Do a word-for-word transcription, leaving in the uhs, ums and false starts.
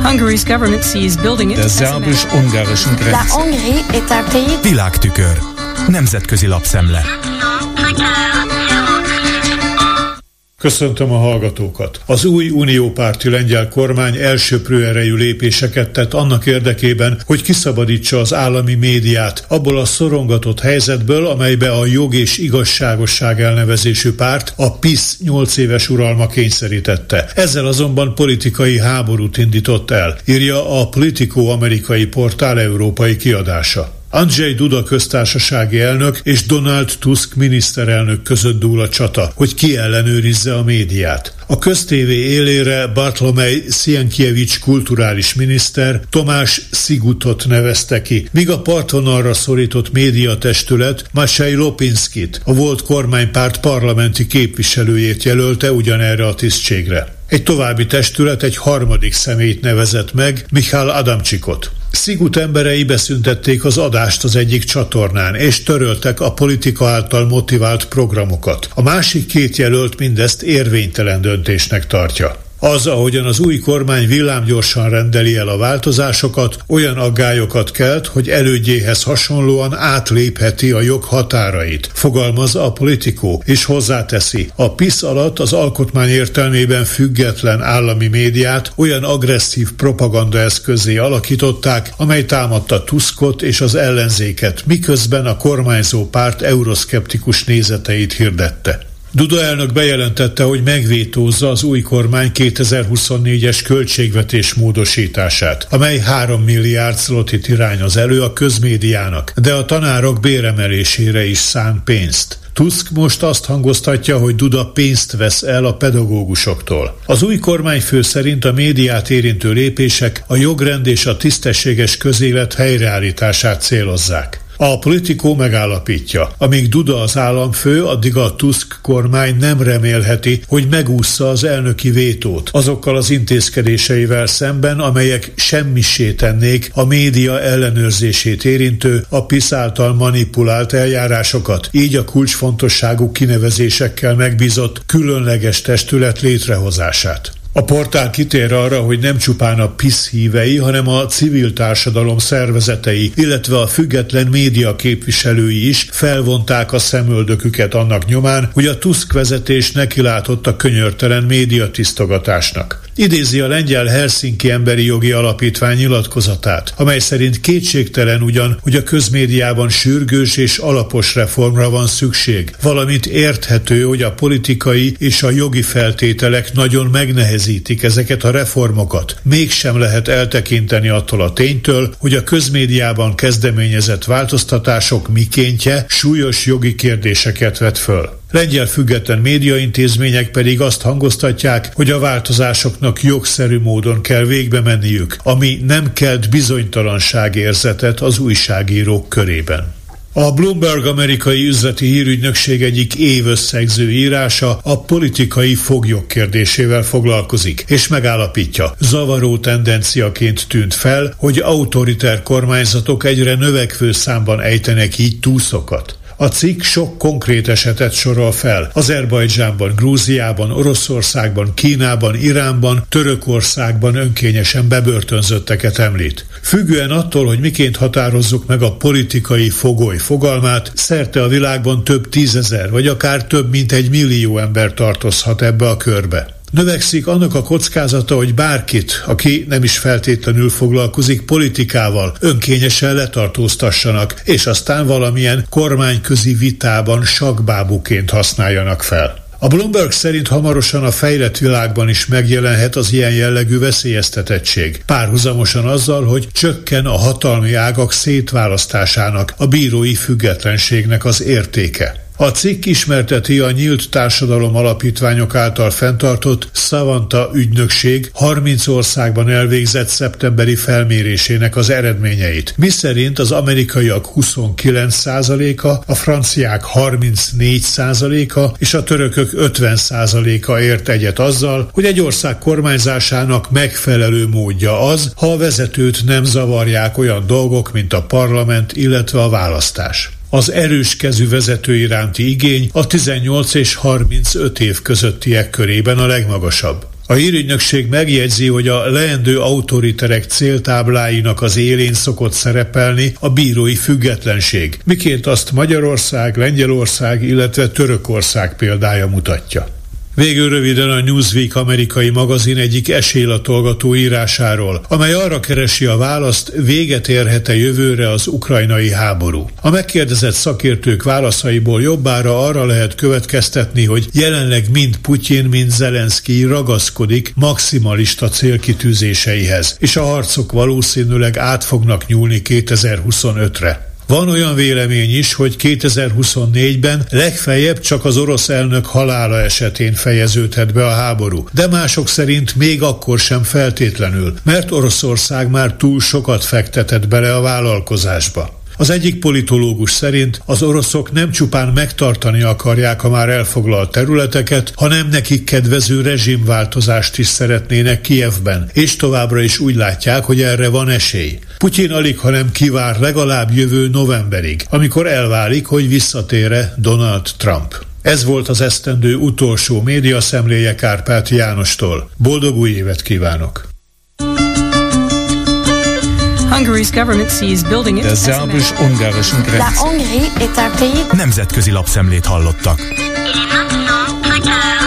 Der szerbus-ungarischen Grenze. Világtükör. Nemzetközi lapszemle. Köszöntöm a hallgatókat! Az új uniópárti lengyel kormány elsöprő erejű lépéseket tett annak érdekében, hogy kiszabadítsa az állami médiát abból a szorongatott helyzetből, amelybe a Jog és Igazságosság elnevezésű párt, a PiS nyolc éves uralma kényszerítette. Ezzel azonban politikai háborút indított el, írja a Politico amerikai portál európai kiadása. Andrzej Duda köztársasági elnök és Donald Tusk miniszterelnök között dúl a csata, hogy ki ellenőrizze a médiát. A köztévé élére Bartloméj Sienkiewicz kulturális miniszter Tomás Sigutot nevezte ki, míg a partvonalra szorított médiatestület Maciej Lopinskit, a volt kormánypárt parlamenti képviselőjét jelölte ugyanerre a tisztségre. Egy további testület egy harmadik személyt nevezett meg, Michal Adamcsikot. Sigut emberei beszüntették az adást az egyik csatornán, és töröltek a politika által motivált programokat. A másik két jelölt mindezt érvénytelen döntésnek tartja. Az, ahogyan az új kormány villámgyorsan rendeli el a változásokat, olyan aggályokat kelt, hogy elődjéhez hasonlóan átlépheti a jog határait, fogalmaz a Politico, és hozzáteszi, a PiS alatt az alkotmány értelmében független állami médiát olyan agresszív propagandaeszközzé alakították, amely támadta Tuskot és az ellenzéket, miközben a kormányzó párt euroszkeptikus nézeteit hirdette. Duda elnök bejelentette, hogy megvétózza az új kormány kétezer-huszonnégyes költségvetés módosítását, amely három milliárd zlotit irányoz elő a közmédiának, de a tanárok béremelésére is szán pénzt. Tusk most azt hangoztatja, hogy Duda pénzt vesz el a pedagógusoktól. Az új kormányfő szerint a médiát érintő lépések a jogrend és a tisztességes közélet helyreállítását célozzák. A Politico megállapítja, amíg Duda az államfő, addig a Tusk kormány nem remélheti, hogy megússza az elnöki vétót azokkal az intézkedéseivel szemben, amelyek semmissé tennék a média ellenőrzését érintő, a PiS által manipulált eljárásokat, így a kulcsfontosságú kinevezésekkel megbízott különleges testület létrehozását. A portál kitér arra, hogy nem csupán a PiS hívei, hanem a civil társadalom szervezetei, illetve a független média képviselői is felvonták a szemöldöküket annak nyomán, hogy a Tusk vezetés nekilátott a könyörtelen médiatisztogatásnak. Idézi a lengyel Helsinki Emberi Jogi Alapítvány nyilatkozatát, amely szerint kétségtelen ugyan, hogy a közmédiában sürgős és alapos reformra van szükség, valamint érthető, hogy a politikai és a jogi feltételek nagyon megnehezítik ezeket a reformokat. Mégsem lehet eltekinteni attól a ténytől, hogy a közmédiában kezdeményezett változtatások mikéntje súlyos jogi kérdéseket vet föl. Lengyel független médiaintézmények pedig azt hangoztatják, hogy a változásoknak jogszerű módon kell végbe menniük, ami nem kelt bizonytalanságérzetet az újságírók körében. A Bloomberg amerikai üzleti hírügynökség egyik évösszegző írása a politikai foglyok kérdésével foglalkozik, és megállapítja, zavaró tendenciaként tűnt fel, hogy autoriter kormányzatok egyre növekvő számban ejtenek így túszokat. A cikk sok konkrét esetet sorol fel. Azerbajdzsánban, Grúziában, Oroszországban, Kínában, Iránban, Törökországban önkényesen bebörtönzötteket említ. Függően attól, hogy miként határozzuk meg a politikai fogoly fogalmát, szerte a világban több tízezer, vagy akár több mint egy millió ember tartozhat ebbe a körbe. Növekszik annak a kockázata, hogy bárkit, aki nem is feltétlenül foglalkozik politikával, önkényesen letartóztassanak, és aztán valamilyen kormányközi vitában sakkbábuként használjanak fel. A Bloomberg szerint hamarosan a fejlett világban is megjelenhet az ilyen jellegű veszélyeztetettség, párhuzamosan azzal, hogy csökken a hatalmi ágak szétválasztásának, a bírói függetlenségnek az értéke. A cikk ismerteti a Nyílt Társadalom Alapítványok által fenntartott Savanta ügynökség harminc országban elvégzett szeptemberi felmérésének az eredményeit, miszerint az amerikaiak huszonkilenc százaléka, a franciák harmincnégy százaléka és a törökök ötven százaléka ért egyet azzal, hogy egy ország kormányzásának megfelelő módja az, ha a vezetőt nem zavarják olyan dolgok, mint a parlament, illetve a választás. Az erős kezű vezető iránti igény a tizennyolc és harmincöt év közöttiek körében a legmagasabb. A hírügynökség megjegyzi, hogy a leendő autoriterek céltábláinak az élén szokott szerepelni a bírói függetlenség, miként azt Magyarország, Lengyelország, illetve Törökország példája mutatja. Végül röviden a Newsweek amerikai magazin egyik esélylatolgató írásáról, amely arra keresi a választ, véget érhet-e jövőre az ukrajnai háború. A megkérdezett szakértők válaszaiból jobbára arra lehet következtetni, hogy jelenleg mind Putyin, mind Zelenszkij ragaszkodik maximalista célkitűzéseihez, és a harcok valószínűleg át fognak nyúlni kétezer-huszonötre. Van olyan vélemény is, hogy kétezer-huszonnégyben legfeljebb csak az orosz elnök halála esetén fejeződhet be a háború, de mások szerint még akkor sem feltétlenül, mert Oroszország már túl sokat fektetett bele a vállalkozásba. Az egyik politológus szerint az oroszok nem csupán megtartani akarják a már elfoglalt területeket, hanem nekik kedvező rezsimváltozást is szeretnének Kijevben, és továbbra is úgy látják, hogy erre van esély. Putyin alig, hanem kivár legalább jövő novemberig, amikor elválik, hogy visszatér-e Donald Trump. Ez volt az esztendő utolsó médiaszemléje Kárpáti Jánostól. Boldog új évet kívánok! Der szerbus-ungarischen Grenze. Nemzetközi lapszemlét hallottak.